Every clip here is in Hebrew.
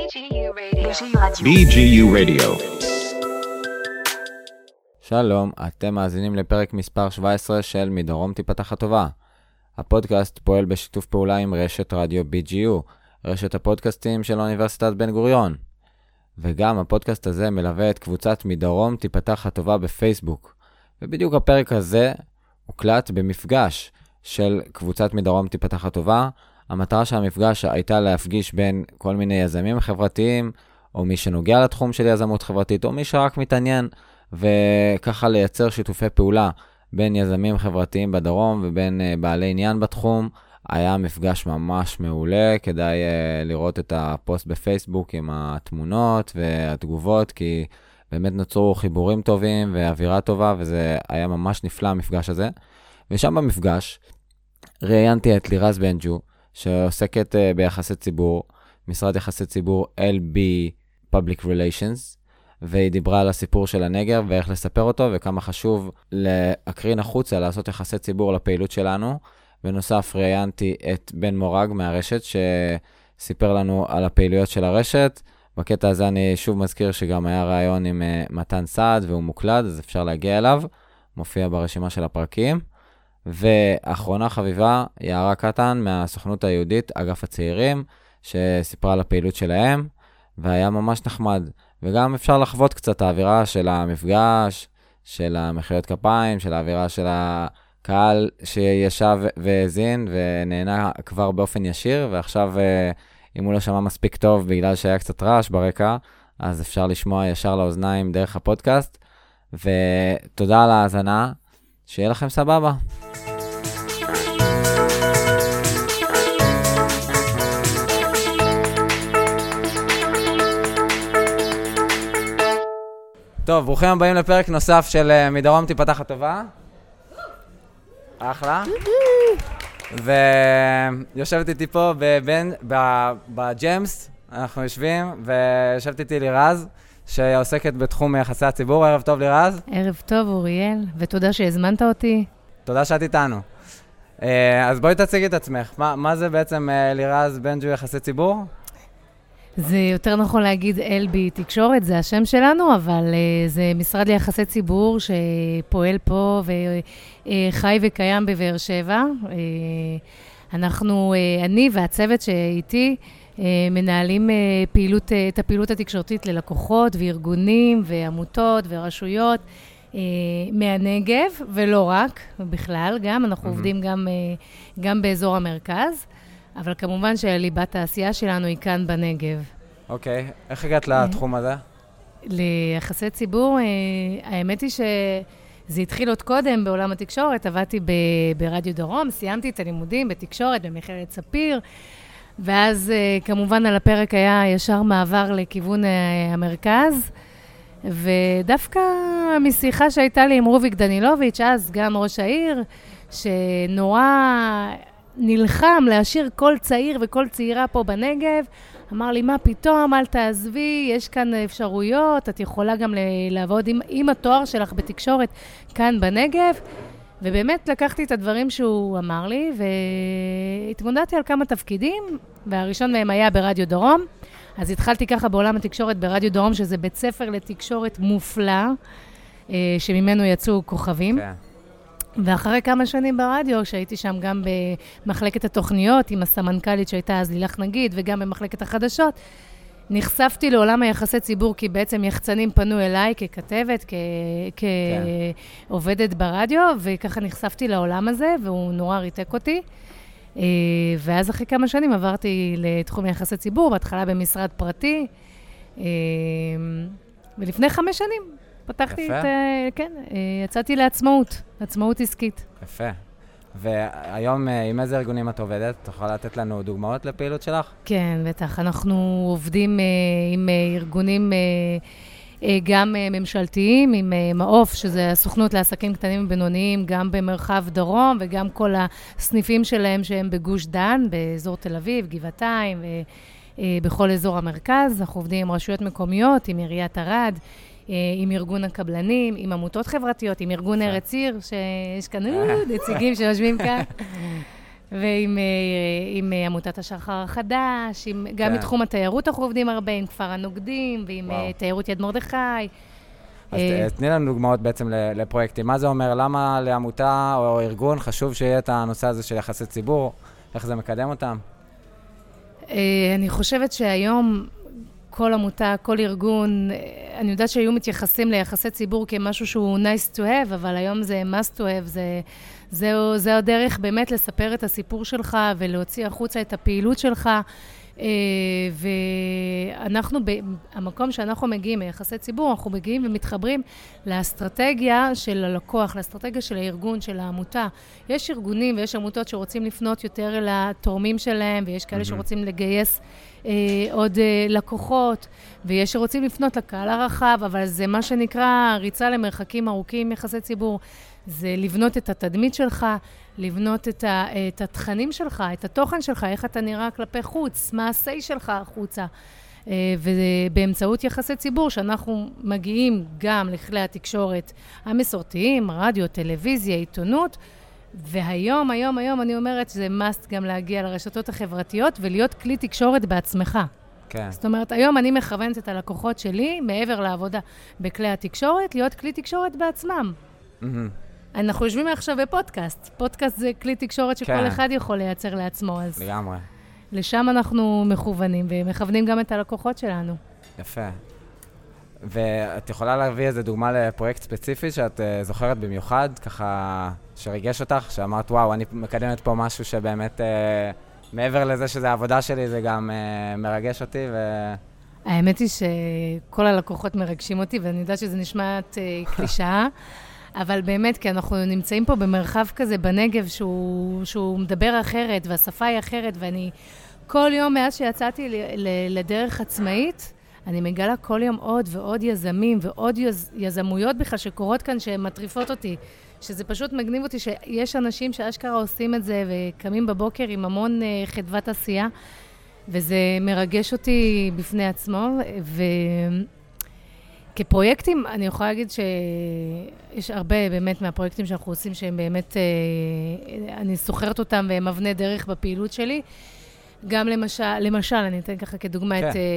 BGU Radio. שלום, אתם מאזינים לפרק מספר 17 של מדרום תיפתח הטובה. הפודקאסט פועל בשיתוף פעולה עם רשת רדיו BGU, רשת הפודקאסטים של אוניברסיטת בן גוריון. וגם הפודקאסט הזה מלווה את קבוצת מדרום תיפתח הטובה בפייסבוק. ובדיוק הפרק הזה הוקלט במפגש של קבוצת מדרום תיפתח הטובה. המטרה של המפגש הייתה להפגיש בין כל מיני יזמים חברתיים, או מי שנוגע לתחום של יזמות חברתית, או מי שרק מתעניין, וככה לייצר שיתופי פעולה בין יזמים חברתיים בדרום ובין בעלי עניין בתחום. היה מפגש ממש מעולה, כדאי לראות את הפוסט בפייסבוק עם התמונות והתגובות, כי באמת נוצרו חיבורים טובים ואווירה טובה, וזה היה ממש נפלא המפגש הזה. ושם במפגש ראיינתי את לירז בנג'ו, שעוסקת ביחסי ציבור, משרד יחסי ציבור LB Public Relations, והיא דיברה על הסיפור של הנגב ואיך לספר אותו, וכמה חשוב להקרין החוצה, לעשות יחסי ציבור לפעילות שלנו. בנוסף ראיינתי את בן מורג מהרשת, שסיפר לנו על הפעילויות של הרשת. בקטע הזה אני שוב מזכיר שגם היה רעיון עם מתן סעד, והוא מוקלד, אז אפשר להגיע אליו, מופיע ברשימה של הפרקים. ואחרונה חביבה, יערה קטן מהסוכנות היהודית, אגף הצעירים, שסיפרה על הפעילות שלהם, והיה ממש נחמד. וגם אפשר לחוות קצת האווירה של המפגש, של המחיאות כפיים, של האווירה של הקהל שישב והזין ונהנה כבר באופן ישיר, ועכשיו אם הוא לא שמע מספיק טוב בגלל שהיה קצת רעש ברקע, אז אפשר לשמוע ישר לאוזניים דרך הפודקאסט. ותודה על ההאזנה, שיהיה לכם סבבה. טוב, ברוכים הבאים לפרק נוסף של מדרום תיפתח הטובה. אחלה. ויושבת איתי פה בג'מס, אנחנו יושבים, ויושבת איתי לירז, שעוסקת בתחום יחסי הציבור. ערב טוב לירז. ערב טוב אוריאל, ותודה שהזמנת אותי. תודה שאת איתנו. אז בואי תציגי את עצמך. מה זה בעצם לירז בנג'ו יחסי ציבור? זה יותר נכון להגיד LB תקשורת, זה השם שלנו, אבל זה משרד ליחסי ציבור שפועל פה וחי וקיים בבאר שבע. אני והצוות שאיתי מנהלים את הפעילות התקשורתית ללקוחות וארגונים ועמותות ורשויות מהנגב, ולא רק, בכלל גם, אנחנו עובדים גם באזור המרכז. אבל כמובן שליבת העשייה שלנו היא כאן בנגב. אוקיי, איך הגעת לתחום הזה? ליחסי ציבור, האמת היא שזה התחיל עוד קודם בעולם התקשורת, עבדתי ברדיו דרום, סיימתי את הלימודים בתקשורת, במכללת ספיר, ואז כמובן על הפרק היה ישר מעבר לכיוון המרכז, ודווקא משיחה שהייתה לי עם רוביק דנילוביץ', אז סגן ראש העיר, שנורא נלחם להשאיר כל צעיר וכל צעירה פה בנגב, אמר לי, מה פתאום, אל תעזבי, יש כאן אפשרויות, את יכולה גם לעבוד עם התואר שלך בתקשורת כאן בנגב, ובאמת לקחתי את הדברים שהוא אמר לי, והתמודדתי על כמה תפקידים, והראשון מהם היה ברדיו דרום, אז התחלתי ככה בעולם התקשורת ברדיו דרום, שזה בית ספר לתקשורת מופלא, שממנו יצאו כוכבים. כן. ואחרי כמה שנים ברדיו, שהייתי שם גם במחלקת התוכניות, עם הסמנכ"לית שהייתה אז לילך נגיד, וגם במחלקת החדשות, נחשפתי לעולם היחסי ציבור, כי בעצם יחצנים פנו אליי ככתבת, כעובדת ברדיו, וככה נחשפתי לעולם הזה, והוא נורא ריתק אותי. ואז אחרי כמה שנים עברתי לתחום יחסי ציבור, בהתחלה במשרד פרטי, ולפני 5 שנים. פתחתי יצאתי לעצמאות, עצמאות עסקית. יפה. והיום עם איזה ארגונים את עובדת? תוכל לתת לנו דוגמאות לפעילות שלך? כן, בטח. אנחנו עובדים עם ארגונים גם ממשלתיים, עם מעוף, שזה הסוכנות לעסקים קטנים ובינוניים, גם במרחב דרום, וגם כל הסניפים שלהם שהם בגוש דן, באזור תל אביב, גבעתיים, ובכל אזור המרכז. אנחנו עובדים עם רשויות מקומיות, עם עיריית ערד, עם ארגון הקבלנים, עם עמותות חברתיות, עם ארגון ארץ עיר, שיש כאן נציגים שיושבים כאן. ועם עמותת השחר החדש, גם מתחום התיירות אנחנו עובדים הרבה, עם כפר הנוגדים, ועם תיירות יד מרדכי. אז תני לנו דוגמאות בעצם לפרויקטים. מה זה אומר? למה לעמותה או ארגון חשוב שיהיה את הנושא הזה של יחסי ציבור? איך זה מקדם אותם? אני חושבת שהיום כל עמותה, כל ארגון, אני יודעת שהיו מתייחסים ליחסי ציבור כמשהו שהוא nice to have, אבל היום זה must to have, זו הדרך באמת לספר את הסיפור שלך ולהוציא החוצה את הפעילות שלך. ואנחנו, המקום שאנחנו מגיעים מיחסי ציבור, אנחנו מגיעים ומתחברים לאסטרטגיה של הלקוח, לאסטרטגיה של הארגון, של העמותה. יש ארגונים ויש עמותות שרוצים לפנות יותר לתורמים שלהם, ויש כאלה שרוצים לגייס עוד לקוחות, ויש שרוצים לפנות לקהל הרחב, אבל זה מה שנקרא ריצה למרחקים ארוכים יחסי ציבור. זה לבנות את התדמית שלך, לבנות את התכנים שלך, את התוכן שלך, איך אתה נראה כלפי חוץ, מה ה-say שלך החוצה. ובאמצעות יחסי ציבור שאנחנו מגיעים גם לכלי התקשורת המסורתיים, רדיו, טלוויזיה, עיתונות, והיום אני אומרת שזה must גם להגיע לרשתות החברתיות ולהיות כלי תקשורת בעצמך. כן. זאת אומרת, היום אני מכוונת את הלקוחות שלי, מעבר לעבודה בכלי התקשורת, להיות כלי תקשורת בעצמם. אנחנו יושבים עכשיו בפודקאסט. פודקאסט זה כלי תקשורת שכל אחד יכול לייצר לעצמו. אז לגמרי. לשם אנחנו מכוונים, ומכוונים גם את הלקוחות שלנו. יפה. ואת יכולה להביא איזו דוגמה לפרויקט ספציפי שאת זוכרת במיוחד, ככה שריגש אותך, שאמרת, וואו, אני מקדמת פה משהו שבאמת, מעבר לזה שזה העבודה שלי, זה גם מרגש אותי האמת היא שכל הלקוחות מרגשים אותי, ואני יודעת שזה נשמעת קלישאה, אבל באמת, כי אנחנו נמצאים פה במרחב כזה בנגב שהוא מדבר אחרת, והשפה היא אחרת, ואני כל יום מאז שיצאתי לדרך עצמאית, אני מגלה כל יום עוד ועוד יזמים ועוד יזמויות בכלל שקורות כאן שהן מטריפות אותי, שזה פשוט מגניב אותי שיש אנשים שאשכרה עושים את זה וקמים בבוקר עם המון חדוות עשייה, וזה מרגש אותי בפני עצמו, כפרויקטים, אני יכולה להגיד שיש הרבה באמת מהפרויקטים שאנחנו עושים שהם באמת, אני סוחרת אותם והם אבני דרך בפעילות שלי. גם למשל, אני אתן ככה כדוגמה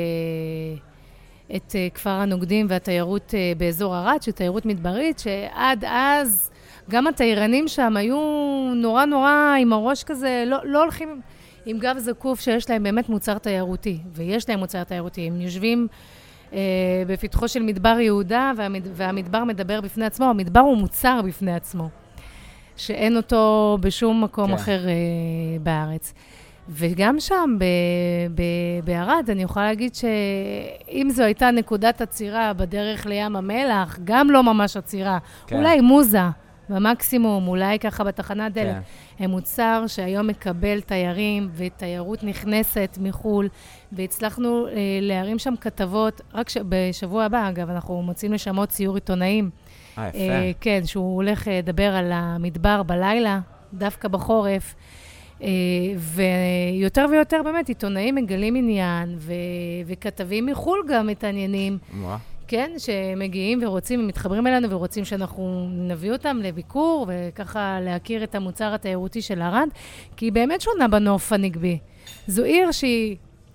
את כפר הנוגדים והתיירות באזור ערד, שתיירות מדברית, שעד אז גם התיירנים שם היו נורא עם הראש כזה, לא הולכים עם גב זקוף שיש להם באמת מוצר תיירותי, ויש להם מוצר תיירותי. הם יושבים בפתחו של מדבר יהודה, והמדבר מדבר בפני עצמו. המדבר הוא מוצר בפני עצמו, שאין אותו בשום מקום אחר בארץ. וגם שם, בערד, אני יכולה להגיד שאם זו הייתה נקודת עצירה בדרך לים המלח, גם לא ממש עצירה, אולי מוזה, במקסימום, אולי ככה בתחנת דלק. הם מוצר שהיום מקבל תיירים ותיירות נכנסת מחול, והצלחנו להרים שם כתבות, רק בשבוע הבא, אגב, אנחנו מוצאים לשם עוד ציור עיתונאים. יפה. כן, שהוא הולך לדבר על המדבר בלילה, דווקא בחורף, ויותר ויותר באמת עיתונאים מגלים עניין, וכתבים מחול גם מתעניינים. כן, שמגיעים ורוצים, מתחברים אלינו ורוצים שאנחנו נביא אותם לביקור, וככה להכיר את המוצר התיירותי של ערד, כי היא באמת שונה בנוף הנגבי. זו עיר שהיא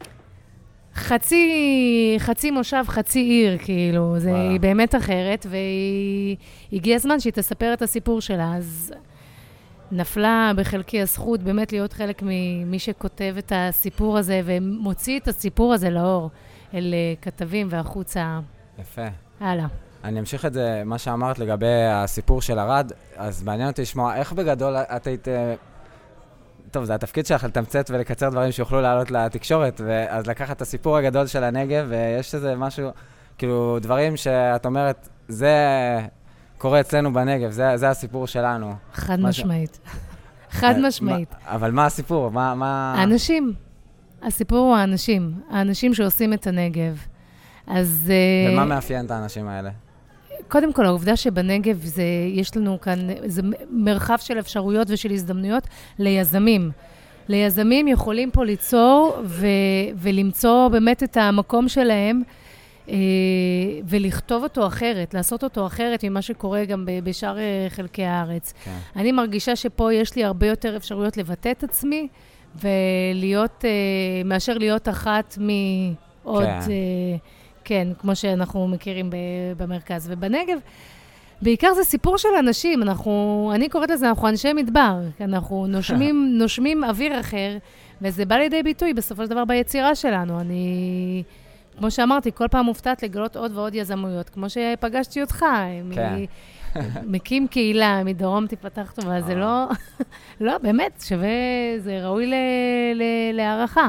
חצי מושב, חצי עיר, כאילו, היא באמת אחרת, והגיע הזמן שהיא תספר את הסיפור שלה, אז נפלה בחלקי הזכות באמת להיות חלק ממי שכותב את הסיפור הזה, ומוציא את הסיפור הזה לאור, אל כתבים והחוצה. יפה. הלאה. אני אמשיך את זה, מה שאמרת לגבי הסיפור של ערד, אז מעניין אותי לשמוע, איך בגדול את היית... טוב, זה התפקיד שלך לתמצת ולקצר דברים שיוכלו לעלות לתקשורת, אז לקחת את הסיפור הגדול של הנגב, ויש איזה משהו, כאילו, דברים שאת אומרת, זה קורה אצלנו בנגב, זה הסיפור שלנו. חד משמעית. חד משמעית. אבל מה הסיפור? האנשים. הסיפור הוא האנשים. האנשים שעושים את הנגב. אז... ומה מאפיין את האנשים האלה? קודם כל, העובדה שבנגב יש לנו כאן, זה מרחב של אפשרויות ושל הזדמנויות ליזמים. ליזמים יכולים פה ליצור ולמצוא באמת את המקום שלהם ולכתוב אותו אחרת, לעשות אותו אחרת ממה שקורה גם בשאר חלקי הארץ. כן. אני מרגישה שפה יש לי הרבה יותר אפשרויות לבטא את עצמי, ולהיות, מאשר להיות אחת מעוד, כן, כמו שאנחנו מכירים במרכז. ובנגב, בעיקר זה סיפור של אנשים, אני קוראת לזה, אנחנו אנשי מדבר, אנחנו נושמים אוויר אחר, וזה בא לידי ביטוי בסופו של דבר ביצירה שלנו. כמו שאמרתי, כל פעם מופתעת לגלות עוד ועוד יזמויות, כמו שפגשתי אותך, מקים קהילה, מדרום תפתח טובה, זה לא, באמת, שווה, זה ראוי להערכה.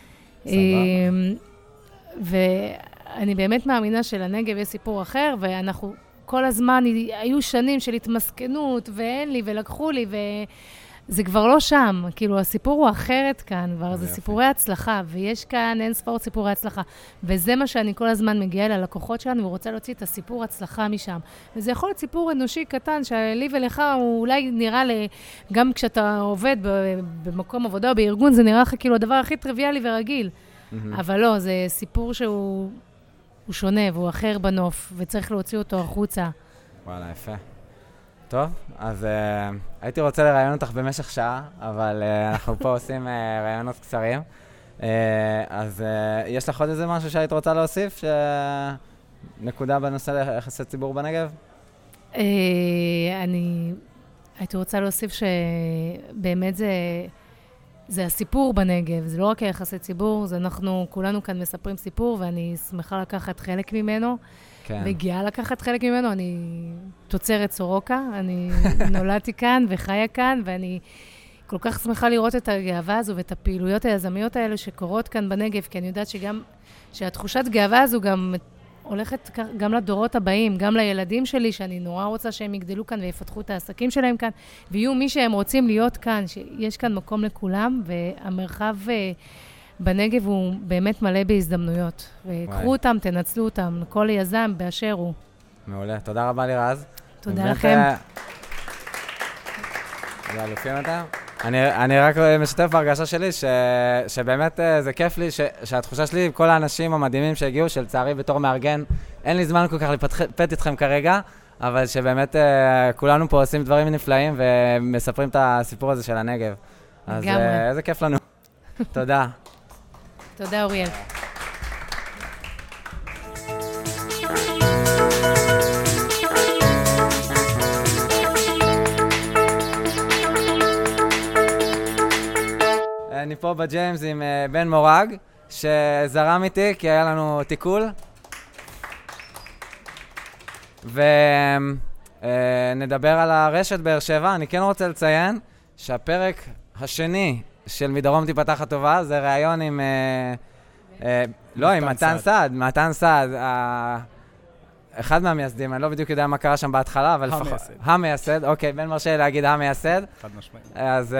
ואני באמת מאמינה שלנגב יש סיפור אחר, ואנחנו כל הזמן, היו שנים של התמסכנות, ואין לי, ולקחו לי, זה כבר לא שם, כאילו הסיפור הוא אחרת כאן, כבר זה סיפורי הצלחה, ויש כאן אין ספור סיפורי הצלחה, וזה מה שאני כל הזמן מגיעה ללקוחות שלנו, ורוצה להוציא את הסיפור הצלחה משם. וזה יכול להיות סיפור אנושי קטן, שלי ולך הוא אולי נראה גם כשאתה עובד במקום עבודה או בארגון, זה נראה לך כאילו הדבר הכי טריוויאלי ורגיל. אבל לא, זה סיפור שהוא שונה, והוא אחר בנוף, וצריך להוציא אותו החוצה. וואלה, יפה. טוב, אז הייתי רוצה לראיין אותך במשך שעה, אבל אנחנו פה עושים ראיונות קצרים. אז יש לך עוד איזה משהו שהיית רוצה להוסיף? נקודה בנושא ליחסי ציבור בנגב? אני הייתי רוצה להוסיף שבאמת זה הסיפור בנגב, זה לא רק היחסי ציבור, זה אנחנו כולנו כאן מספרים סיפור, ואני שמחה לקחת חלק ממנו. כן. וגאה לקחת חלק ממנו, אני תוצרת סורוקה, אני נולדתי כאן וחיה כאן, ואני כל כך שמחה לראות את הגאווה הזו ואת הפעילויות היזמיות האלה שקורות כאן בנגב, כי אני יודעת שהתחושת גאווה הזו גם הולכת גם לדורות הבאים, גם לילדים שלי, שאני נורא רוצה שהם יגדלו כאן ויפתחו את העסקים שלהם כאן, ויהיו מי שהם רוצים להיות כאן, שיש כאן מקום לכולם, והמרחב בנגב הוא באמת מלא בהזדמנויות. וקחו אותם, תנצלו אותם, כל יזם באשר הוא. מעולה. תודה רבה לירז. תודה לכם. אלופים אתם. אני רק משתף בהרגשה שלי שבאמת זה כיף לי שהתחושה שלי עם כל האנשים המדהימים שהגיעו, שלצערי בתור מארגן, אין לי זמן כל כך לפטפט איתכם כרגע, אבל שבאמת כולנו פה עושים דברים נפלאים ומספרים את הסיפור הזה של הנגב. אז איזה כיף לנו. תודה. תודה, אוריאל. אני פה בג'יימס עם בן מורג, שזרם איתי כי היה לנו תיקול. ונדבר על הרשת באר שבע. אני כן רוצה לציין שהפרק השני של מדרום תפתח הטובה, זה ראיון עם... לא, עם מתן סעד. מתן סעד, אחד מהמייסדים, אני לא בדיוק יודע מה קרה שם בהתחלה, אבל לפחות... המייסד. אוקיי, בן מרשה להגיד המייסד. חד משמעית. אז...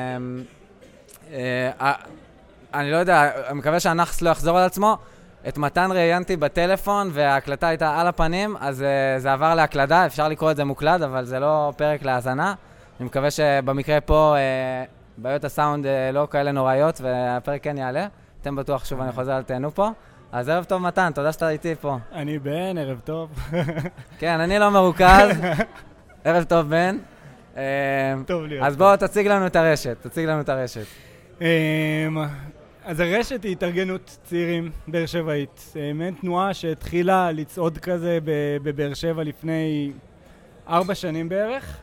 אני לא יודע, אני מקווה שהנחס לא יחזור על עצמו. את מתן ראיינתי בטלפון וההקלטה הייתה על הפנים, אז זה עבר להקלדה, אפשר לקרוא את זה מוקלד, אבל זה לא פרק להאזנה. אני מקווה שבמקרה פה בעיות הסאונד לא כאלה נוראיות והפרק כן יעלה. אתם בטוח שוב אני חוזר תהנו פה. אז ערב טוב מתן, תודה שאתה איתי פה. אני בן, ערב טוב. כן, אני לא מרוכז. ערב טוב בן. טוב לי. אז בואו תציג לנו את הרשת. אז הרשת היא התארגנות צעירים באר שבעית. מעין תנועה שהתחילה לצעוד כזה בבאר שבע לפני 4 שנים בערך,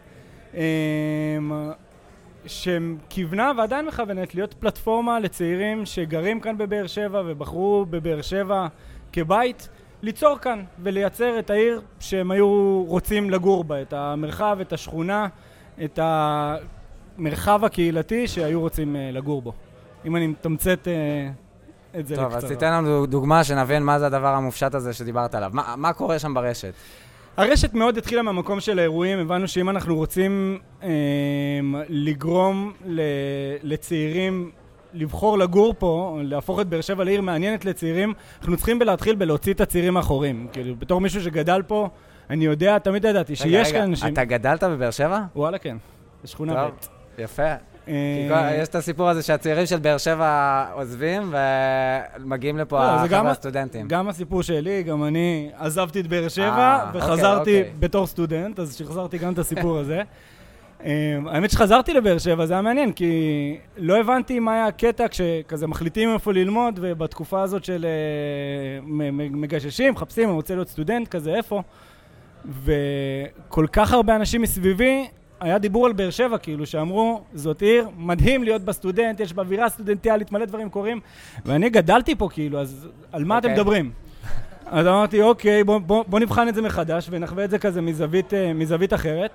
שכיוונה ועדיין מכוונת להיות פלטפורמה לצעירים שגרים כאן בבאר שבע ובחרו בבאר שבע כבית, ליצור כאן ולייצר את העיר שהם היו רוצים לגור בה, את המרחב, את השכונה, את המרחב הקהילתי שהיו רוצים לגור בו. אם אני מתמצת את זה טוב, לקצרה. אז תיתן לנו דוגמה שנבין מה זה הדבר המופשט הזה שדיברת עליו. מה קורה שם ברשת? הרשת מאוד התחילה מהמקום של האירועים. הבנו שאם אנחנו רוצים לגרום לצעירים לבחור לגור פה, להפוך את באר שבע לעיר מעניינת לצעירים, אנחנו צריכים להתחיל בלהוציא את הצעירים האחורים. כאילו, בתור מישהו שגדל פה, אני יודע, תמיד ידעתי שיש כאן אנשים... אתה גדלת בבאר שבע? וואלה, כן. בשכונה ב'. יפה. יש את הסיפור הזה שהצעירים של באר שבע עוזבים ומגיעים לפה החבר'ה הסטודנטים. גם הסיפור שלי, גם אני עזבתי את באר שבע וחזרתי בתור סטודנט, אז שחזרתי גם את הסיפור הזה. האמת שחזרתי לבאר שבע, זה היה מעניין, כי לא הבנתי מה היה הקטע כשכזה מחליטים איפה ללמוד, ובתקופה הזאת של מגששים, מחפשים, אני רוצה להיות סטודנט, כזה איפה. וכל כך הרבה אנשים מסביבי, היה דיבור על באר שבע, כאילו, שאמרו, זאת עיר, מדהים להיות בסטודנט, יש באווירה סטודנטיאלית, מלא דברים קורים, ואני גדלתי פה, כאילו, אז על מה אתם מדברים? אז אמרתי, אוקיי, בוא נבחן את זה מחדש, ונחווה את זה כזה מזווית אחרת.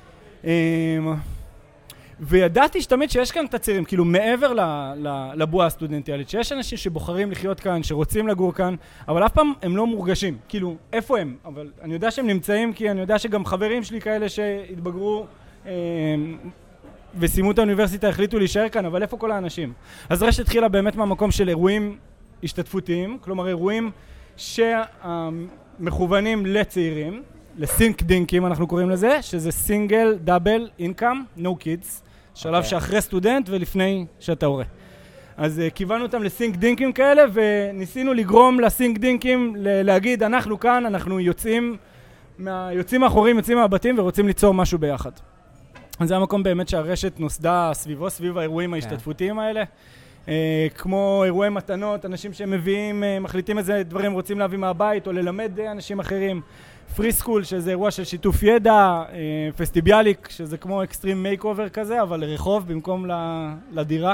וידעתי שתמיד שיש כאן את הצעירים, כאילו מעבר לבועה הסטודנטיאלית, שיש אנשים שבוחרים לחיות כאן, שרוצים לגור כאן, אבל אף פעם הם לא מורגשים, כאילו איפה הם? אבל אני יודע שהם נמצאים, כי אני יודע שגם חברים שלי כאלה שהתבגרו וסיימו את האוניברסיטה החליטו להישאר כאן, אבל איפה כל האנשים? אז רשת התחילה באמת מהמקום של אירועים השתתפותיים, כלומר אירועים שמכוונים לצעירים, לסינק דינקים אנחנו קוראים לזה, שזה סינגל, דאבל, אינקאם, נו קידס, שלב שאחרי סטודנט ולפני שאתה הורה. אז כיוונו אותם לסינק דינקים כאלה, וניסינו לגרום לסינק דינקים להגיד, אנחנו כאן, אנחנו יוצאים מאחורים, יוצאים מהבתים ורוצים ליצור משהו ביחד. אז זה המקום באמת שהרשת נוסדה סביבו, סביב האירועים ההשתתפותיים האלה. כמו אירועי מתנות, אנשים שמביאים, מחליטים איזה דברים רוצים להביא מהבית, או ללמד אנשים אחרים. פרי סקול, שזה אירוע של שיתוף ידע, פסטיביאליק, שזה כמו אקסטרים מייק אובר כזה, אבל לרחוב במקום לדירה,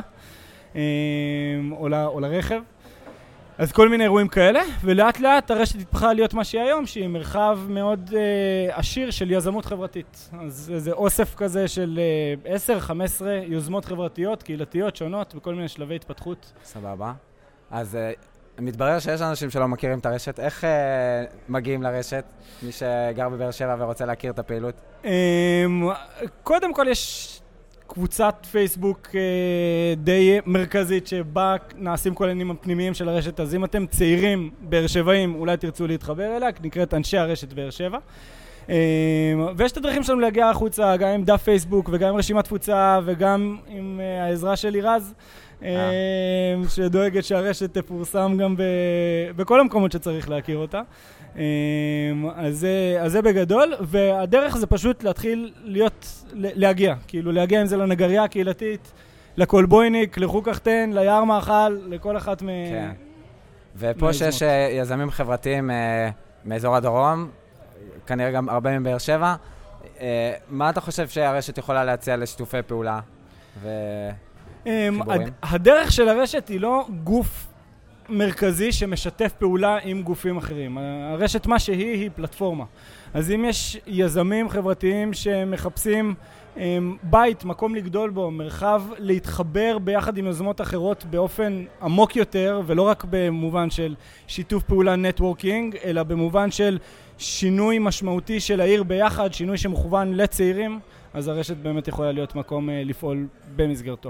או לרכב. אז כל מיני אירועים כאלה, ולאט לאט הרשת התפתחה להיות מה שהיא היום, שהיא מרחב מאוד עשיר של יזמות חברתית. אז זה אוסף כזה של 10-15 יוזמות חברתיות, קהילתיות, שונות, בכל מיני שלבי התפתחות. סבבה. אז מתברר שיש אנשים שלא מכירים את הרשת. איך מגיעים לרשת? מי שגר בבאר שבע ורוצה להכיר את הפעילות? קודם כל יש קבוצת פייסבוק די מרכזית שבה נעשים כל העניינים הפנימיים של הרשת. אז אם אתם צעירים באר שבעים, אולי תרצו להתחבר אליה, נקראת אנשי הרשת באר שבע. ויש את הדרכים שלנו להגיע החוצה, גם עם דף פייסבוק וגם עם רשימת תפוצה וגם עם העזרה של לירז, שדואגת שהרשת תפורסם גם בכל המקומות שצריך להכיר אותה. אז זה בגדול, והדרך זה פשוט להתחיל להגיע, כאילו להגיע אם זה לנגריה הקהילתית, לקולבויניק, לחוקחתן, ליער מאכל, לכל אחת כן. ופה שיש יזמים חברתיים מאזור הדרום, כנראה גם הרבה מבאר שבע, מה אתה חושב שהרשת יכולה להציע לשיתופי פעולה וחיבורים? הדרך של הרשת היא לא גוף מרכזי שמשתף פעולה עם גופים אחרים. הרשת מה היא פלטפורמה. אז אם יש יזמים חברתיים שמחפשים בית, מקום לגדול בו, מרחב להתחבר ביחד עם יוזמות אחרות באופן עמוק יותר, ולא רק במובן של שיתוף פעולה נטוורקינג, אלא במובן של שינוי משמעותי של העיר ביחד, שינוי שמכוון לצעירים, אז הרשת באמת יכולה להיות מקום לפעול במסגרתו.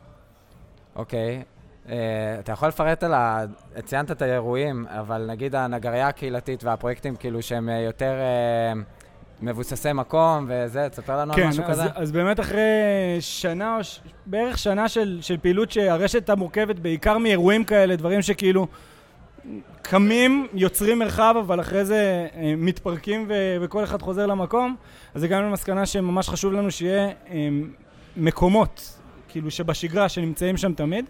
אוקיי. אתה יכול לפרט ציינת את האירועים, אבל נגיד הנגריה הקהילתית והפרויקטים כאילו שהם יותר מבוססי מקום וזה, תספר לנו על משהו כזה? כן, אז באמת אחרי שנה, בערך שנה של פעילות שהרשת המורכבת בעיקר מאירועים כאלה, דברים שכאילו קמים, יוצרים מרחב, אבל אחרי זה מתפרקים וכל אחד חוזר למקום, אז הגענו למסקנה שממש חשוב לנו שיהיה מקומות, כאילו שבשגרה שנמצאים שם תמיד.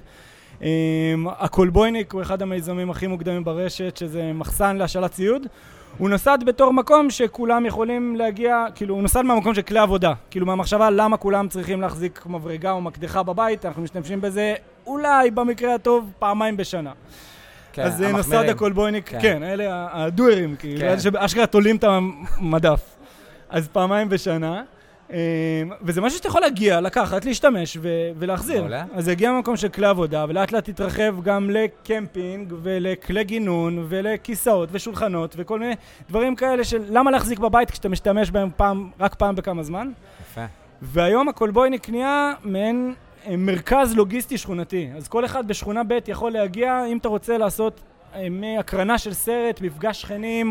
הקולבויניק הוא אחד המיזמים הכי מוקדמים ברשת, שזה מחסן להשאלת ציוד. הוא נוסד בתור מקום שכולם יכולים להגיע, כאילו הוא נוסד מהמקום של כלי עבודה, כאילו מהמחשבה למה כולם צריכים להחזיק מברגה או מקדחה בבית, אנחנו משתמשים בזה אולי במקרה הטוב פעמיים בשנה. כן, אז זה נוסד הקולבויניק, כן, אלה הדוארים, כאילו, שאשכרה תולים את המדף. אז פעמיים בשנה. וזה משהו שאתה יכול להגיע, לקחת, להשתמש ולהחזיר. אז זה הגיע ממקום של כלי עבודה, ולאט לאט תתרחב גם לקמפינג ולכלי גינון ולכיסאות ושולחנות וכל מיני דברים כאלה של למה להחזיק בבית כשאתה משתמש בהם רק פעם בכמה זמן. יפה. והיום הקולבויניק נהיה מעין מרכז לוגיסטי שכונתי. אז כל אחד בשכונה ב' יכול להגיע, אם אתה רוצה לעשות מהקרנה של סרט, מפגש שכנים, כל מיני דברים כאלה, אז זה גם ממש מקום של כלי עבודה, כאילו ממש חוויה של כיף. אז זה נוסד הקולבויניק, כן. אז הקולבויניק הוא אחד המיזמים הכי מוקדמים ברשת, שזה מחסן להשאלת ציוד. הקולבויניק הוא אחד המיזמים הכי מוקדמים ברשת, שזה מחסן להשאלת ציוד.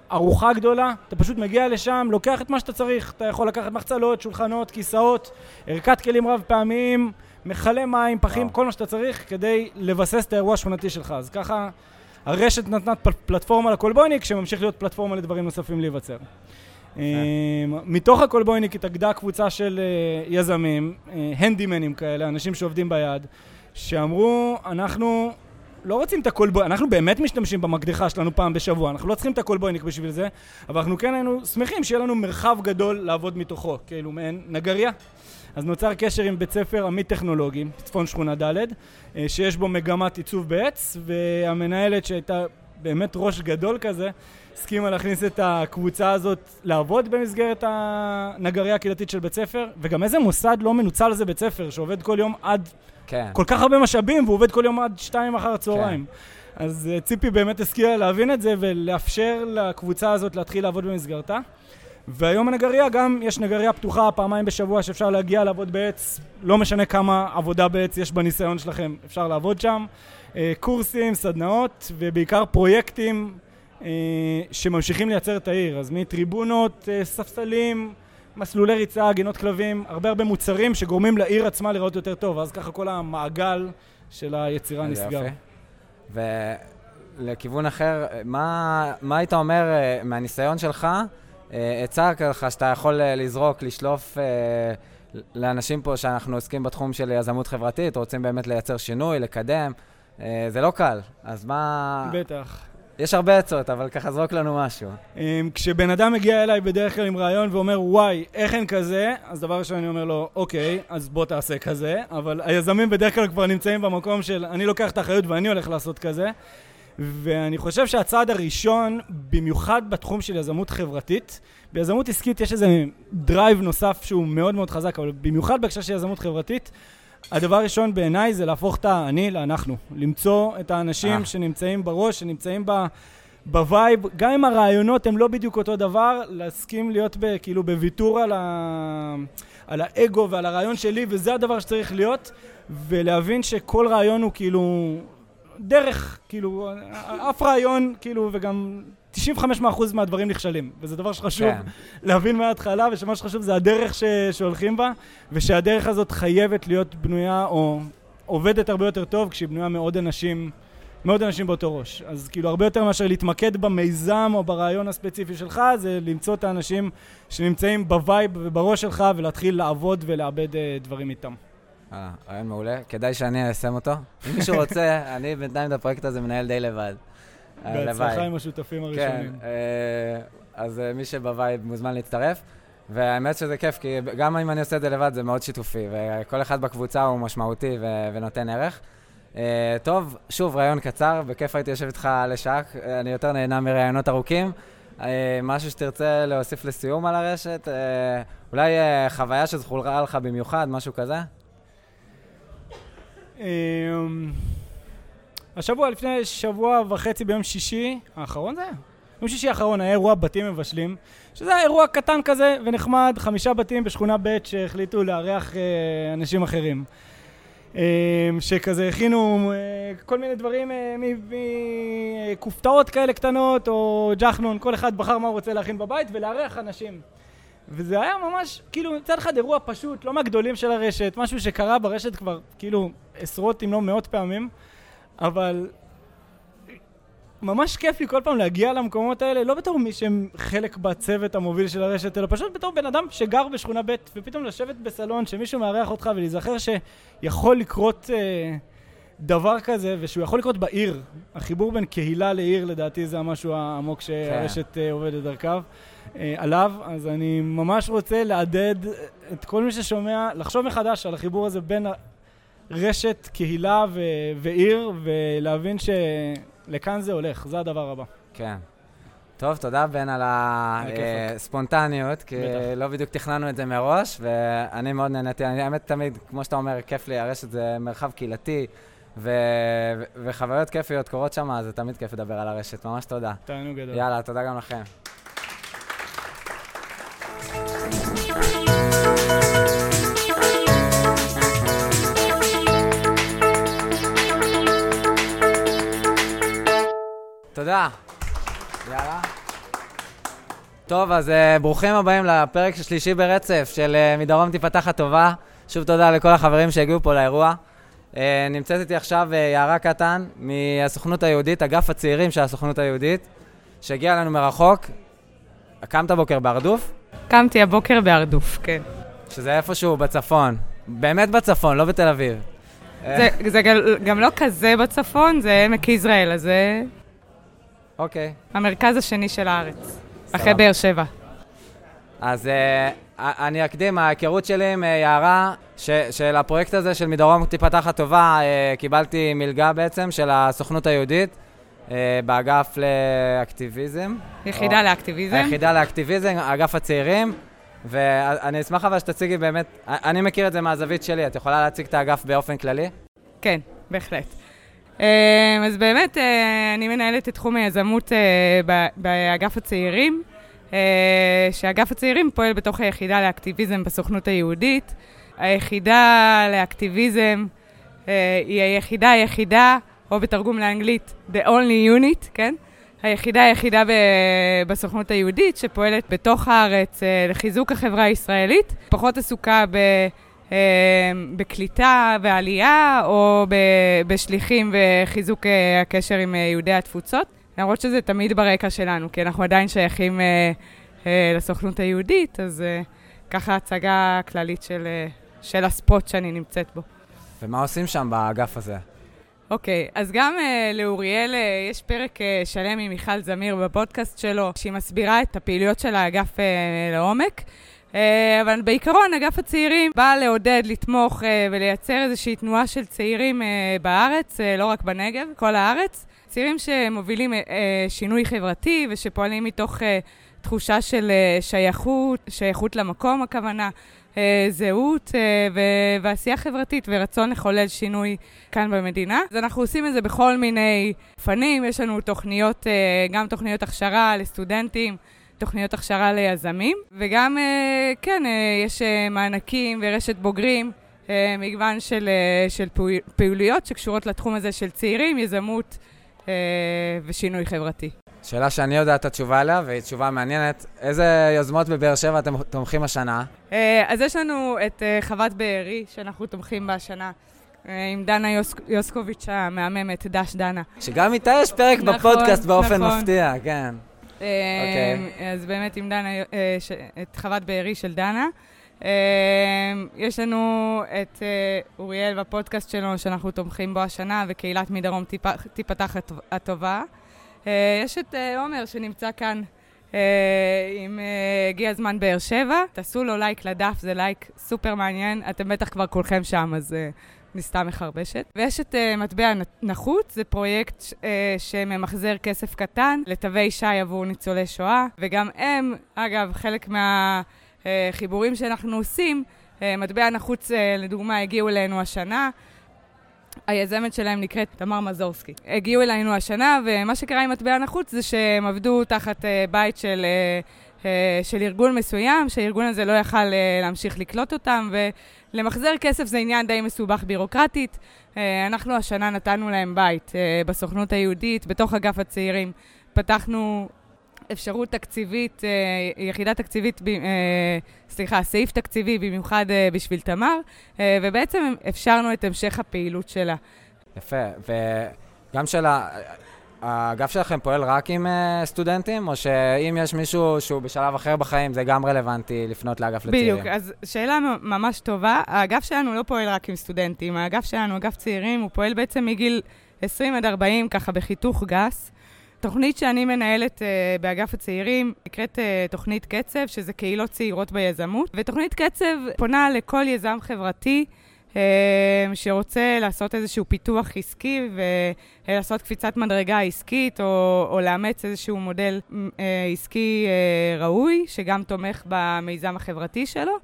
ארוחה גדולה, אתה פשוט מגיע לשם, לוקח את מה שאתה צריך, אתה יכול לקחת מחצלות, שולחנות, כיסאות, ערכת כלים רב פעמיים, מחלה מים, פחים, כל מה שאתה צריך כדי לבסס את האירוע השכונתי שלך. אז ככה הרשת נתנת פלטפורמה לקולבויניק, שממשיך להיות פלטפורמה לדברים נוספים להיווצר. מתוך הקולבויניק התאגדה קבוצה של יזמים, הנדימנים כאלה, אנשים שעובדים ביד, שאמרו, אנחנו לא רוצים את הקולבויניק, אנחנו באמת משתמשים במקדחה שלנו פעם בשבוע, אנחנו לא צריכים את הקולבויניק בשביל זה, אבל אנחנו כן היינו שמחים שיהיה לנו מרחב גדול לעבוד מתוכו, כאילו מעין נגריה. אז נוצר קשר עם בית ספר עמית טכנולוגי, צפון שכונה ד', שיש בו מגמת עיצוב בעץ, והמנהלת שהייתה באמת ראש גדול כזה, הסכימה להכניס את הקבוצה הזאת לעבוד במסגרת הנגריה הקהילתית של בית ספר, וגם איזה מוסד לא מנוצל זה בית ספר, שעובד כל יום עד כל כך הרבה משאבים, והוא עובד כל יום עד 2 אחר הצהריים. אז ציפי באמת הסכימה להבין את זה, ולאפשר לקבוצה הזאת להתחיל לעבוד במסגרתה. והיום הנגריה גם, יש נגריה פתוחה פעמיים בשבוע שאפשר להגיע לעבוד בעץ, לא משנה כמה עבודה בעץ יש בניסיון שלכם, אפשר לעבוד שם. קורסים, סדנאות, ובעיקר פרויקטים שממשיכים לייצר את העיר. אז מטריבונות, ספסלים, מסלולי ריצה, גינות כלבים, הרבה מוצרים שגורמים לעיר עצמה לראות יותר טוב. אז ככה כל המעגל של היצירה נסגר. ולכיוון אחר, מה היית אומר מהניסיון שלך, הצעה ככה שאתה יכול לזרוק, לשלוף לאנשים פה שאנחנו עוסקים בתחום של יזמות חברתית, רוצים באמת לייצר שינוי, לקדם, זה לא קל, אז מה... בטח. יש הרבה עצות, אבל ככה זרוק לנו משהו. כשבן אדם מגיע אליי בדרך כלל עם רעיון ואומר, וואי, איך אין כזה? אז דבר ראשון אני אומר לו, אוקיי, אז בוא תעשה כזה. אבל היזמים בדרך כלל כבר נמצאים במקום של, אני לוקח את האחריות ואני הולך לעשות כזה. ואני חושב שהצעד הראשון, במיוחד בתחום של יזמות חברתית, ביזמות עסקית יש איזה דרייב נוסף שהוא מאוד מאוד חזק, אבל במיוחד בהקשר של יזמות חברתית, הדבר הראשון בעיניי זה להפוך את האני לאנחנו. למצוא את האנשים שנמצאים בראש, שנמצאים בווייב, גם אם הרעיונות הם לא בדיוק אותו דבר, להסכים להיות כאילו בוויתור על האגו ועל הרעיון שלי, וזה הדבר שצריך להיות, ולהבין שכל רעיון הוא כאילו דרך, כאילו, אף רעיון, כאילו, וגם 95% מהדברים נכשלים, וזה דבר שחשוב להבין מההתחלה, ושמה שחשוב זה הדרך שהולכים בה, ושהדרך הזאת חייבת להיות בנויה, או עובדת הרבה יותר טוב, כשהיא בנויה מאוד אנשים באותו ראש. אז כאילו, הרבה יותר מאשר להתמקד במיזם או ברעיון הספציפי שלך, זה למצוא את האנשים שנמצאים בווייב ובראש שלך, ולהתחיל לעבוד ולעבד דברים איתם. רעיון מעולה. כדאי שאני אסם אותו. אם מישהו רוצה, אני בינתיים את הפרויקט הזה מנהל די לבד. בהצלחה עם השותפים הראשונים. כן, אז מי שבווייב מוזמן להצטרף, והאמת שזה כיף, כי גם אם אני עושה את זה לבד זה מאוד שיתופי, וכל אחד בקבוצה הוא משמעותי ונותן ערך. טוב, שוב, רעיון קצר, בכיף הייתי יושב איתך לשעה, אני יותר נהנה מרעיונות ארוכים. משהו שתרצה להוסיף לסיום על הרשת, אולי חוויה שזכורה לך במיוחד, משהו כזה? השבוע, לפני שבוע וחצי ביום שישי האחרון זה היה? ביום שישי האחרון היה אירוע בתים מבשלים, שזה היה אירוע קטן כזה ונחמד, 5 בתים בשכונה ב' שהחליטו לארח אנשים אחרים. שכזה הכינו כל מיני דברים מכופתאות כאלה קטנות או ג'חנון, כל אחד בחר מה הוא רוצה להכין בבית ולארח אנשים. וזה היה ממש, כאילו, מצד אחד אירוע פשוט, לא מהגדולים של הרשת, משהו שקרה ברשת כבר, כאילו, עשרות אם לא מאות פעמים, אבל ממש כיף לי כל פעם להגיע למקומות האלה, לא בתור מי שהם חלק בצוות המוביל של הרשת, אלא פשוט בתור בן אדם שגר בשכונה ב' ופתאום לשבת בסלון, שמישהו מארח אותך ולהיזכר שיכול לקרות דבר כזה, ושהוא יכול לקרות בעיר. החיבור בין קהילה לעיר, לדעתי, זה המשהו העמוק שהרשת עובדת דרכיו. עליו, אז אני ממש רוצה לעדד את כל מי ששומע, לחשוב מחדש על החיבור הזה בין רשת, קהילה ועיר, ולהבין שלכאן זה הולך, זה הדבר הבא. כן. טוב, תודה בן על הספונטניות, כי לא בדיוק תכננו את זה מראש, ואני מאוד נהניתי. האמת תמיד, כמו שאתה אומר, כיף לי, הרשת זה מרחב קהילתי, וחוויות כיפיות קורות שם, אז זה תמיד כיף לדבר על הרשת. ממש תודה. תענוג גדול. יאללה, תודה גם לכם. תודה. יאללה. טוב, אז ברוכים הבאים לפרק השלישי ברצף של מדרום תיפתח הטובה. שוב תודה לכל החברים שהגיעו פה לאירוע. נמצאת איתי עכשיו יערה קטן מהסוכנות היהודית, אגף הצעירים של הסוכנות היהודית, שהגיע לנו מרחוק. קמת בוקר בארדוף? קמתי הבוקר בארדוף, כן. שזה איפשהו בצפון. באמת בצפון, לא בתל אביב. זה גם לא כזה בצפון, זה עמק יזרעאל, אז זה... אוקיי. המרכז השני של הארץ, אחרי באר שבע. אז אני אקדים, ההיכרות שלי עם יערה, של הפרויקט הזה של מדרום תיפתח הטובה, קיבלתי מלגה בעצם של הסוכנות היהודית, באגף לאקטיביזם. יחידה לאקטיביזם. היחידה לאקטיביזם, אגף הצעירים, ואני אשמח אבל שתציגי באמת, אני מכיר את זה מהזווית שלי, את יכולה להציג את האגף באופן כללי? כן, בהחלט. אז באמת, אני מנהלת את תחום היזמות באגף הצעירים, שאגף הצעירים פועל בתוך היחידה לאקטיביזם בסוכנות היהודית. היחידה לאקטיביזם היא היחידה, או בתרגום לאנגלית, the only unit, כן? היחידה בסוכנות היהודית שפועלת בתוך הארץ לחיזוק החברה הישראלית, פחות עסוקה בקליטה ועלייה, או בשליחים וחיזוק הקשר עם יהודי התפוצות. למרות שזה תמיד ברקע שלנו, כי אנחנו עדיין שייכים לסוכנות היהודית, אז ככה הצגה כללית של הספוט שאני נמצאת בו. ומה עושים שם באגף הזה? אוקיי, אז גם לאוריאל יש פרק שלם עם מיכל זמיר בפודקאסט שלו, שהיא מסבירה את הפעילויות של האגף לעומק. אבל בעיקרון, אגף הצעירים בא לעודד, לתמוך ולייצר איזושהי תנועה של צעירים בארץ, לא רק בנגב, כל הארץ. צעירים שמובילים שינוי חברתי ושפועלים מתוך תחושה של שייכות למקום, הכוונה, זהות ועשייה חברתית ורצון לחולל שינוי כאן במדינה. אז אנחנו עושים את זה בכל מיני פנים, יש לנו תוכניות, גם תוכניות הכשרה לסטודנטים, תוכניות הכשרה ליזמים, וגם, כן, יש מענקים ורשת בוגרים, מגוון של פעילויות שקשורות לתחום הזה של צעירים, יזמות ושינוי חברתי. שאלה שאני יודע את התשובה עליה, והיא תשובה מעניינת. איזה יוזמות בבאר שבע אתם תומכים השנה? אז יש לנו את חוות בארי, שאנחנו תומכים בה השנה, עם דנה יוסקוביץ' המהממת, דש דנה. שגם איתה יש פרק בפודקאסט באופן מפתיע, כן. אז באמת עם דנה, את חוות בארי של דנה. יש לנו את אוריאל בפודקאסט שלנו שאנחנו תומכים בו השנה, וקהילת מדרום תיפתח הטובה. יש את עומר שנמצא כאן עם הגיע הזמן באר שבע. תעשו לו לייק לדף, זה לייק סופר מעניין. אתם בטח כבר כולכם שם, אז נסתם מחרבשת. ויש את מטבע נחות, זה פרויקט שממחזר כסף קטן לתווי שי עבור ניצולי שואה. וגם הם, אגב, חלק מהחיבורים שאנחנו עושים, מטבע נחוץ לדוגמה הגיעו אלינו השנה, היזמת שלהם נקראת תמר מזורסקי. הגיעו אלינו השנה, ומה שקרה עם מטבע נחוץ זה שהם עבדו תחת בית של ארגון מסוים, שהארגון הזה לא יכל להמשיך לקלוט אותם, ולמחזר כסף זה עניין די מסובך בירוקרטית. אנחנו השנה נתנו להם בית בסוכנות היהודית, בתוך אגף הצעירים. פתחנו אפשרות תקציבית, יחידה תקציבית, סעיף תקציבי במיוחד בשביל תמר, ובעצם אפשרנו את המשך הפעילות שלה. יפה, וגם האגף שלכם פועל רק עם סטודנטים, או שאם יש מישהו שהוא בשלב אחר בחיים, זה גם רלוונטי לפנות לאגף לצעירים? בדיוק, אז שאלה ממש טובה. האגף שלנו לא פועל רק עם סטודנטים, האגף שלנו, אגף צעירים, הוא פועל בעצם מגיל 20 עד 40, ככה בחיתוך גס. תוכנית שאני מנהלת באגף הצעירים נקראת תוכנית קצב, שזה קהילות צעירות ביזמות. ותוכנית קצב פונה לכל יזם חברתי שרוצה לעשות איזשהו פיתוח עסקי ולעשות קפיצת מדרגה עסקית, או לאמץ איזשהו מודל עסקי ראוי, שגם תומך במיזם החברתי שלו.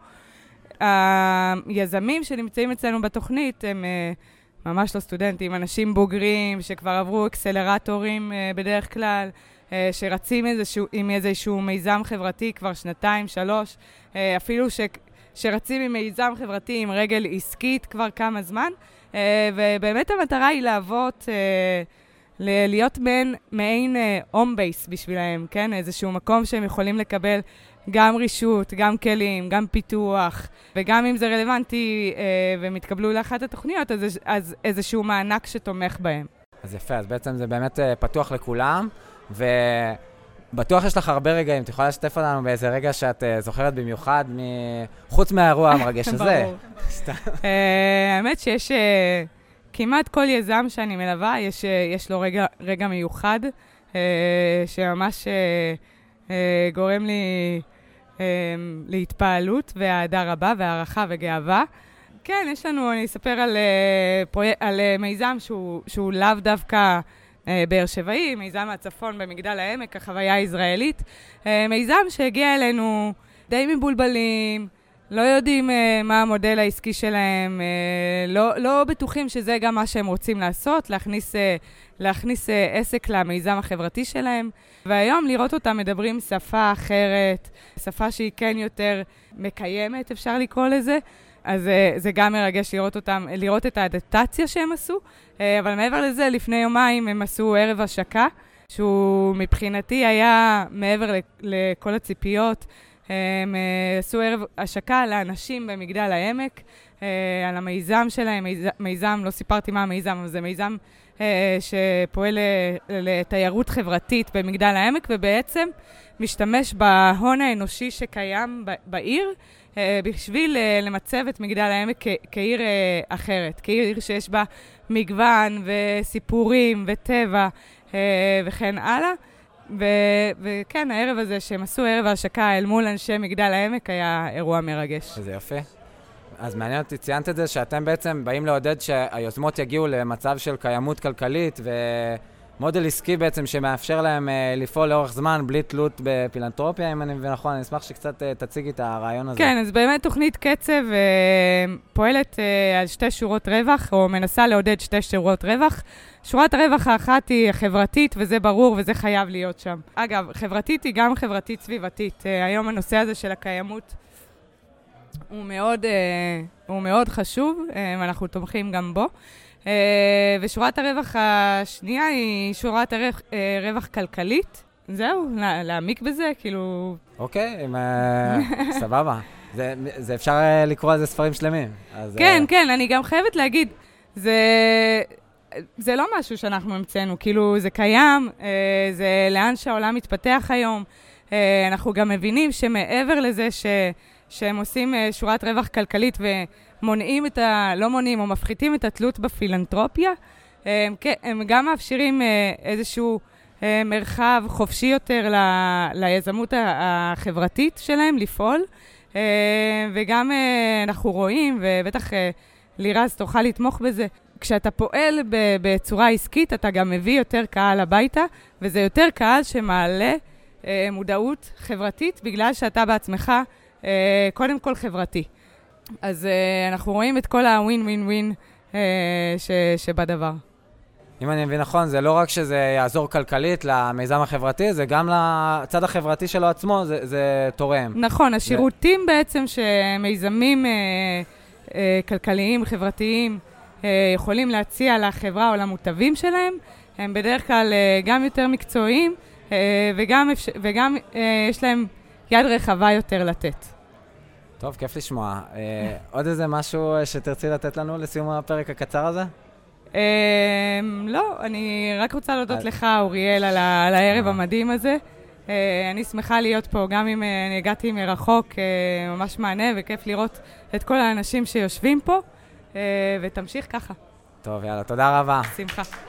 היזמים שנמצאים אצלנו בתוכנית הם ממש לא סטודנטים, אנשים בוגרים שכבר עברו אקסלרטורים בדרך כלל, שרצים עם איזשהו מיזם חברתי כבר 2-3, אפילו שרצים עם מיזם חברתי עם רגל עסקית כבר כמה זמן, ובאמת המטרה היא להוות להיות מעין home base בשבילהם, כן? איזשהו מקום שהם יכולים לקבל גם רישות, גם כלים, גם פיתוח, וגם אם זה רלוונטי והם יתקבלו לאחת התוכניות, אז איזשהו מענק שתומך בהם. אז יפה, אז בעצם זה באמת פתוח לכולם, ובטוח יש לך הרבה רגעים, את יכולה לשתף אותנו באיזה רגע שאת זוכרת במיוחד, חוץ מהאירוע המרגש הזה. ברור. האמת שיש כמעט כל יזם שאני מלווה, יש לו רגע מיוחד, שממש גורם לי להתפעלות והעדה רבה והערכה וגאווה. כן, יש לנו, אני אספר על מיזם שהוא לאו דווקא באר שבעי, מיזם הצפון במגדל העמק, החוויה הישראלית. מיזם שהגיע אלינו די מבולבלים, לא יודעים מה המודל העסקי שלהם, לא בטוחים שזה גם מה שהם רוצים לעשות, להכניס עסק למיזם החברתי שלהם. והיום לראות אותם מדברים שפה אחרת, שפה שהיא כן יותר מקיימת, אפשר לקרוא לזה. אז זה גם מרגש לראות את האדפטציה שהם עשו. אבל מעבר לזה, לפני יומיים הם עשו ערב השקה, שהוא מבחינתי היה מעבר לכל הציפיות. הם עשו ערב השקה לאנשים במגדל העמק, על המיזם שלהם, מיזם, לא סיפרתי מה המיזם, אבל זה מיזם שפועל לתיירות חברתית במגדל העמק, ובעצם משתמש בהון האנושי שקיים בעיר, בשביל למצב את מגדל העמק כעיר אחרת, כעיר שיש בה מגוון וסיפורים וטבע וכן הלאה. וכן, הערב הזה שהם עשו ערב ההשקה אל מול אנשי מגדל העמק היה אירוע מרגש. זה יפה. אז מעניין אותי, ציינת את זה שאתם בעצם באים לעודד שהיוזמות יגיעו למצב של קיימות כלכלית ומודל עסקי בעצם שמאפשר להם לפעול לאורך זמן בלי תלות בפילנתרופיה, אם אני מבין נכון. אני אשמח שקצת תציגי את הרעיון הזה. כן, אז באמת תוכנית קצב פועלת על 2 שורות רווח, או מנסה לעודד 2 שורות רווח. שורת הרווח האחת היא חברתית, וזה ברור, וזה חייב להיות שם. אגב, חברתית היא גם חברתית סביבתית. היום הנושא הזה של הקיימות הוא מאוד חשוב, ואנחנו תומכים גם בו. ושורת הרווח השנייה היא שורת רווח כלכלית. זהו, להעמיק בזה, כאילו... אוקיי, סבבה. זה אפשר לקרוא על זה ספרים שלמים. כן, כן, אני גם חייבת להגיד, זה לא משהו שאנחנו המצאנו, כאילו זה קיים, זה לאן שהעולם מתפתח היום. אנחנו גם מבינים שמעבר לזה שהם עושים שורת רווח כלכלית ומונעים לא מונעים או מפחיתים את התלות בפילנתרופיה, הם גם מאפשרים איזשהו מרחב חופשי יותר ליזמות החברתית שלהם לפעול, וגם אנחנו רואים, ובטח לירז תוכל לתמוך בזה, כשאתה פועל בצורה עסקית, אתה גם מביא יותר קהל הביתה, וזה יותר קהל שמעלה מודעות חברתית, בגלל שאתה בעצמך קודם כל חברתי. אז אנחנו רואים את כל הווין-ווין-ווין שבדבר. אם אני מבין נכון, זה לא רק שזה יעזור כלכלית למיזם החברתי, זה גם לצד החברתי שלו עצמו, זה תורם. נכון, השירותים בעצם שמיזמים כלכליים, חברתיים, יכולים להציע לחברה או למוטבים שלהם, הם בדרך כלל גם יותר מקצועיים, וגם יש להם יד רחבה יותר לתת. טוב, כיף לשמוע. עוד איזה משהו שתרצי לתת לנו לסיום הפרק הקצר הזה? לא, אני רק רוצה להודות לך, אוריאל, על הערב המדהים הזה. אני שמחה להיות פה, גם אם אני הגעתי מרחוק, ממש מענה, וכיף לראות את כל האנשים שיושבים פה, ותמשיך ככה. טוב, יאללה, תודה רבה. שמחה.